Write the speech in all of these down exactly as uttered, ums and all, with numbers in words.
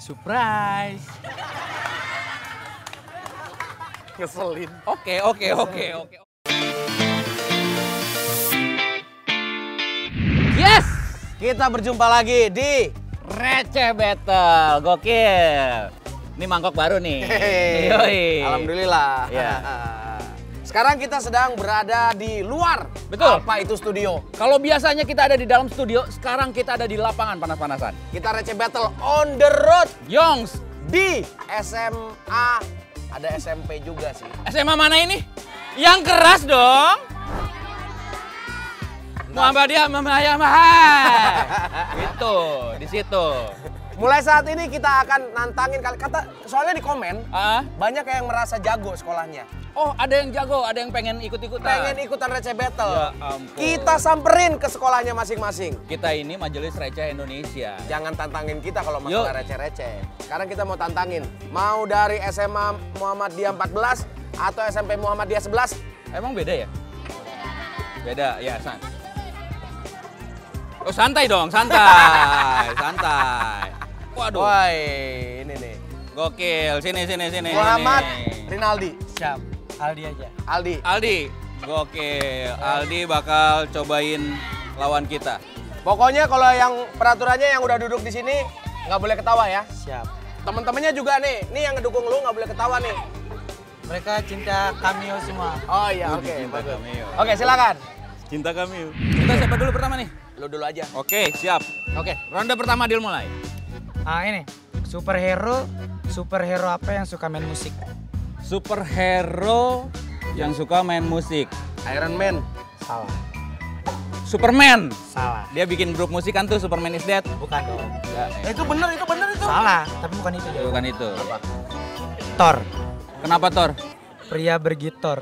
Surprise. Ngeselin. Oke, oke, oke, oke. Yes! Kita berjumpa lagi di Receh Battle, gokil. Ini mangkok baru nih. Hehehe. Yoi. Alhamdulillah. Ya. Sekarang kita sedang berada di luar. Betul. Apa itu studio? Kalau biasanya kita ada di dalam studio, sekarang kita ada di lapangan panas-panasan. Kita Receh Battle on the road Yongs, di S M A. Ada S M P juga sih. S M A mana ini? Yang keras dong. Muhammadiyah Muhammadiyah Mahal. Itu, di situ. Mulai saat ini kita akan nantangin kata soalnya di komen Ah? banyak yang merasa jago sekolahnya. Oh, ada yang jago, ada yang pengen ikut-ikutan. Pengen ikutan Receh Battle. Ya ampun. Kita samperin ke sekolahnya masing-masing. Kita ini Majelis Receh Indonesia. Jangan tantangin kita kalau masalah Yuk. receh-receh. Sekarang kita mau tantangin. Mau dari S M A Muhammadiyah empat belas atau S M P Muhammadiyah sebelas? Emang beda ya? Beda, ya San. Oh santai dong, santai, santai. Waduh, Woi, ini nih. gokil. Sini, sini, sini. Muhammad sini. Rinaldi. Siap, Aldi aja. Aldi. Aldi, gokil. Aldi bakal cobain lawan kita. Pokoknya kalau yang peraturannya yang udah duduk di sini nggak boleh ketawa ya. Siap. Temen-temennya juga nih, nih yang ngedukung lu nggak boleh ketawa nih. Mereka cinta cameo semua. Oh iya, Wih, oke. cinta bagus. cameo. Oke, silakan. Cinta kami. Kita siapa dulu pertama nih? Lu dulu aja. Oke, siap. Oke. Ronde pertama deal mulai. Ah ini, superhero, superhero apa yang suka main musik? Superhero yang suka main musik. Iron Man. Salah. Superman. Salah. Dia bikin grup musik kan tuh, Superman is Dead. Bukan dong. Enggak, Eh, itu bener, itu bener itu. Salah, tapi bukan itu. eh, bukan itu. Apa? Thor, Kenapa Thor? pria bergitar.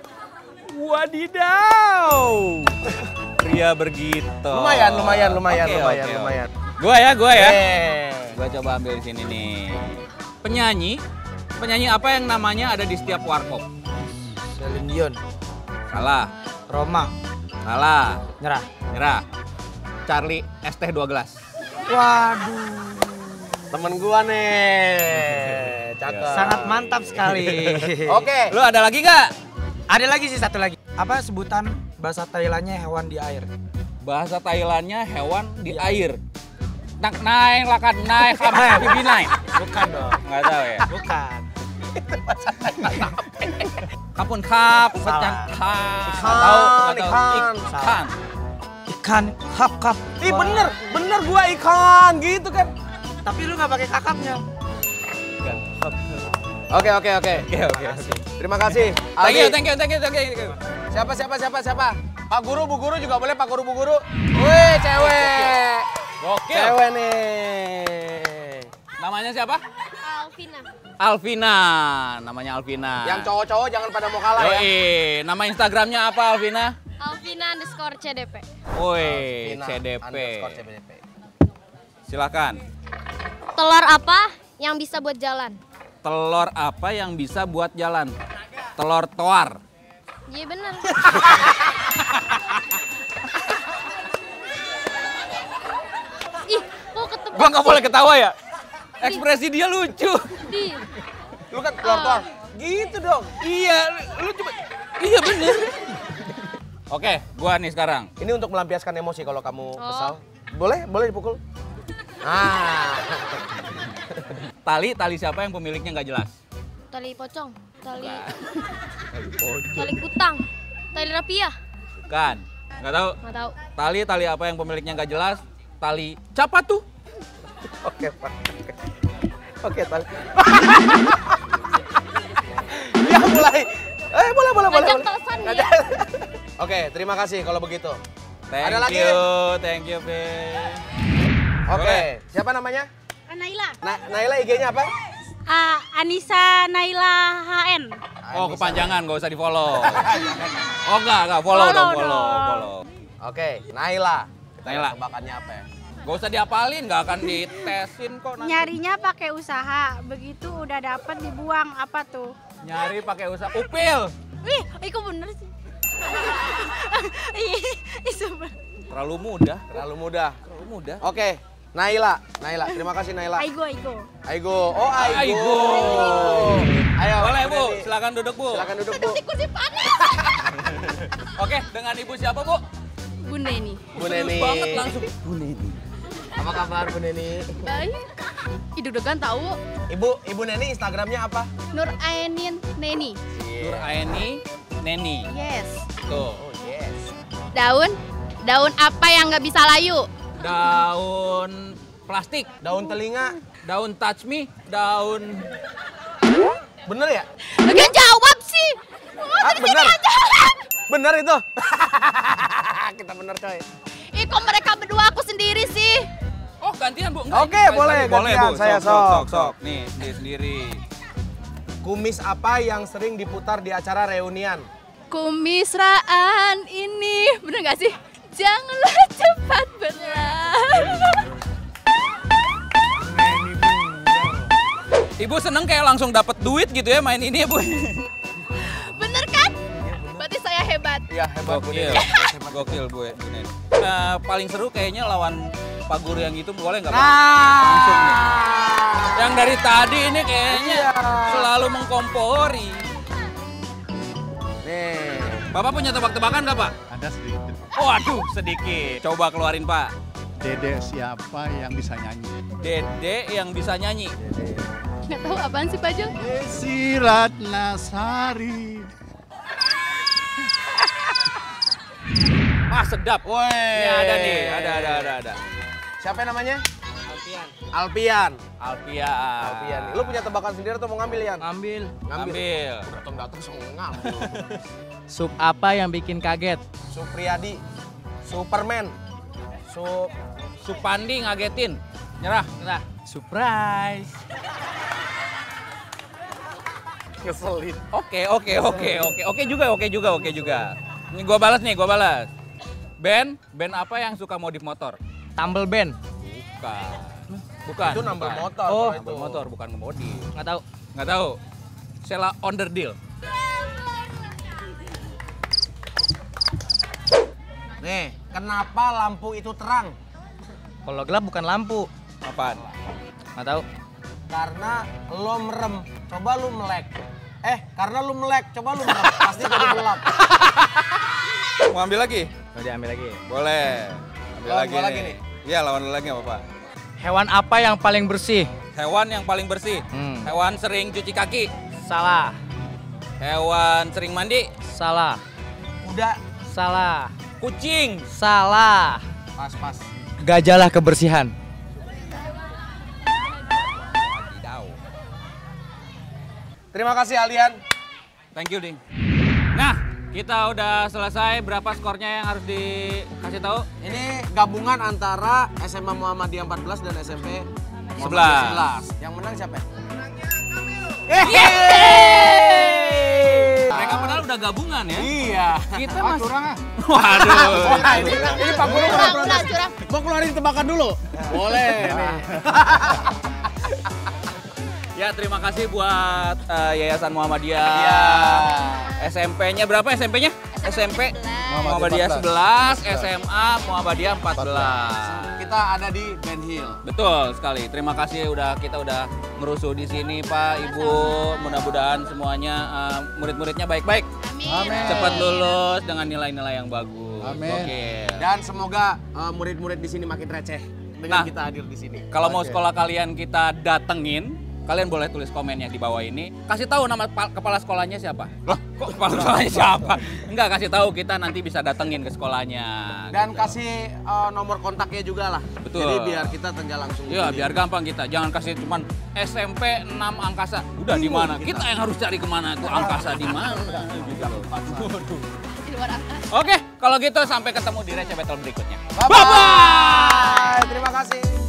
Wadidaw. Pria bergitar. Lumayan, lumayan, lumayan, Oke, lumayan, oke, oke. lumayan. Gua ya, gua ya. Eh. Gua coba ambil di sini nih. Penyanyi, penyanyi apa yang namanya ada di setiap warkop? Celine Dion, Salah, Roma, salah. nyerah. Nyerah. Charlie es teh dua gelas. Waduh, Temen gua nih. Cakep. sangat mantap sekali. Oke. Lu ada lagi nggak? Ada lagi sih satu lagi. Apa sebutan bahasa Thailandnya hewan di air? Bahasa Thailandnya hewan di air. Nak naik lakan naik apa bibi naik. Bukan dong. Nggak tahu ya. Bukan. Kapun kap, Salah. pecan kap. Ikan, Nggak tahu, nggak tahu. ikan. Ikan. Ikan kap kap. Ih Wah. bener, bener gua ikan gitu kan. Tapi lu nggak pakai kakapnya. Ikan. Oke, oke, oke. Oke, oke. Terima kasih. Thank you, Aldi. thank you, thank you, thank you. thank you. Siapa, siapa, siapa, siapa? Pak Guru, Bu Guru juga boleh, Pak Guru, Bu Guru. Wih, cewek. Gokil. Cewek nih. Namanya siapa? Alvina. Alvina. Namanya Alvina. Yang cowok-cowok jangan pada mau kalah ya. Yoi. Nama Instagramnya apa Alvina? Alvina underscore C D P. Woi, Alvina C D P. underscore C D P. Silakan. Telur apa yang bisa buat jalan? Telur apa yang bisa buat jalan? Telur toar. Iya bener. Ih, kok ketebak Gua nggak sih? boleh ketawa ya. Ekspresi dia lucu. Di. Lu kan keluar-keluar. Gitu dong. Iya, lu coba. Iya bener. Oke, gua nih sekarang. Ini untuk melampiaskan emosi kalau kamu Oh. kesal. Boleh? Boleh dipukul? Ah. Tali, tali siapa yang pemiliknya nggak jelas? Tali pocong, tali Tali pocong. tali kutang, tali rapiah. Bukan. Nggak tahu. Nggak tahu. Tali, tali apa yang pemiliknya nggak jelas? Tali siapa tuh? Oke, Pak. Oke, tali. Ya mulai. Eh, boleh, boleh, boleh. Ngajak boleh. tosan dia. Ngajak. Oke, terima kasih kalau begitu. Thank Ada lagi? you, thank you, Be. Oke, siapa namanya? Naila. Na Naila I G-nya apa? Ah, Anissa Naila H N. Oh, kepanjangan, nggak usah di-follow. Oh, enggak, enggak. Follow, Follow dong, dong. follow, follow. Oke, Naila. Kita Naila. lihat tebakannya apa ya? Gak usah diapalin, nggak akan ditesin kok nanti. Nyarinya pakai usaha. Begitu udah dapet dibuang. Apa tuh? Nyari pakai usaha. Upil. Ih, ih kok bener sih? Ih, ih, super. Terlalu mudah. Terlalu mudah. Terlalu mudah. Oke, Naila, Naila. Terima kasih Naila. Aigo, Aigo. Aigo. Oh, Aigo. Aigo. Ayo. Boleh Bu Bu, Neni. silakan duduk Bu. Silakan duduk Bu. Kursi panas. Oke, dengan Ibu siapa Bu? Bu Neni. Bu Neni. Serius banget langsung. Apa kabar Bu Neni? Baik. Ih, deg-degan tahu. Ibu, Ibu Neni Instagramnya apa? Nur Aenin Neni. Nur Aeni Neni. Yes. Tuh. Oh yes. Daun? Daun apa yang nggak bisa layu? Daun plastik, Daun telinga. daun touch me, daun Bener ya? Lagian jawab sih. Ah, bener. Bener itu. Kita bener coy. Ih, kok mereka berdua aku sendiri sih? Oh, gantian Bu. Oke, boleh, boleh gantian. Bu. Saya sok, sok, sok, sok, sok. sok. Nih, sendiri sendiri. Kumis apa yang sering diputar di acara reunian? Kumisraan ini, bener gak sih? Janganlah cepat berlari. Ibu seneng kayak langsung dapat duit gitu ya main ini ya Bu. Bener kan? Berarti saya hebat. Iya, hebat Bu Gokil, Neni. gokil Bu Bu Neni. Nah, paling seru kayaknya lawan Pak Guru yang itu boleh nggak Pak? Nah. Langsung nih. Yang dari tadi ini kayaknya Iya. selalu mengkompori. Nih. Bapak punya tebak-tebakan nggak Pak? Ada sedikit. Oh aduh sedikit. Coba keluarin Pak. Dede siapa yang bisa nyanyi? Dede yang bisa nyanyi. Nggak tahu apaan sih Pak Jo? Desi Ratnasari. Ah sedap. Woi. Ini ada nih, ada ada ada ada. Siapa namanya? Alpian. Alpian. Alpian. Alpian. Lu punya tebakan sendiri atau mau ngambil Yan? Ngambil. Ngambil. Datang-datang semua ngambil. Sup apa yang bikin kaget? Supriyadi. Superman. Sup. Supandi ngagetin. Nyerah, nyerah. Surprise. Ngeselin. Oke, oke, oke, oke. Oke juga, oke juga, oke juga. Ini gua balas nih, gua balas. Band, band apa yang suka modif motor? Tumble band. Bukan. Bukan. Itu number bukan. motor. Oh, kalau itu. Number motor, bukan modif. Nggak tahu. Nggak tahu. Sheila Onderdil. Nih, kenapa lampu itu terang? Kalau gelap bukan lampu. Apaan? Nggak tahu. Karena lo merem. Coba lu melek. Eh, karena lu melek. Coba lu merem. Pasti jadi gelap. Mau ambil lagi? Mau diambil lagi. Boleh. Ambil Lawan lagi gua nih. lagi nih. Iya, lawan lu lagi nggak apa-apa. Hewan apa yang paling bersih? Hewan yang paling bersih. Hmm. Hewan sering cuci kaki. Salah. Hewan sering mandi. Salah. Kuda. Salah. Kucing. Salah. Pas, pas. Gajalah kebersihan. Tidak. Terima kasih Alian. Thank you, Ding. Nah, kita udah selesai. Berapa skornya yang harus dikasih tahu? Ini gabungan antara S M A Muhammadiyah empat belas dan S M P sebelas. Muhammadiyah sebelas. Yang menang siapa? Mereka padahal udah gabungan ya. Iya. Kita Ah, masih... curang ah. Waduh. Wah, ini, ini Pak Guru Curang, curang, curang. mau keluarin tebakan dulu? Boleh nih. Ya, terima kasih buat eh, Yayasan Muhammadiyah. Iya. S M P-nya berapa S M P-nya? S M P Muhammadiyah empat sebelas, S M A Muhammadiyah empat belas. Kita ada di Ben Hill. Betul sekali. Terima kasih udah kita udah merusuh di sini Pak, Ibu. Mudah-mudahan semuanya eh, murid-muridnya baik-baik. Amin. Cepat lulus dengan nilai-nilai yang bagus. Amin. Oke. Dan semoga uh, murid-murid di sini makin receh dengan Nah. kita hadir di sini. Kalau mau Oke. sekolah kalian kita datengin, kalian boleh tulis komen yang di bawah ini. Kasih tahu nama pa- kepala sekolahnya siapa? Loh, kok kepala sekolahnya siapa? Enggak, kasih tahu kita nanti bisa datengin ke sekolahnya. Dan gitu. kasih uh, nomor kontaknya juga lah. Betul. Jadi biar kita tinggal langsung. Iya, hubungin. biar gampang kita. Jangan kasih cuman S M P enam angkasa. Udah di Bingung mana? kita. Kita yang harus cari kemana tuh angkasa di mana? Gitu loh. Waduh. Di luar angkasa. Oke, kalau gitu sampai ketemu di Receh Battle berikutnya. Bye-bye. Terima kasih.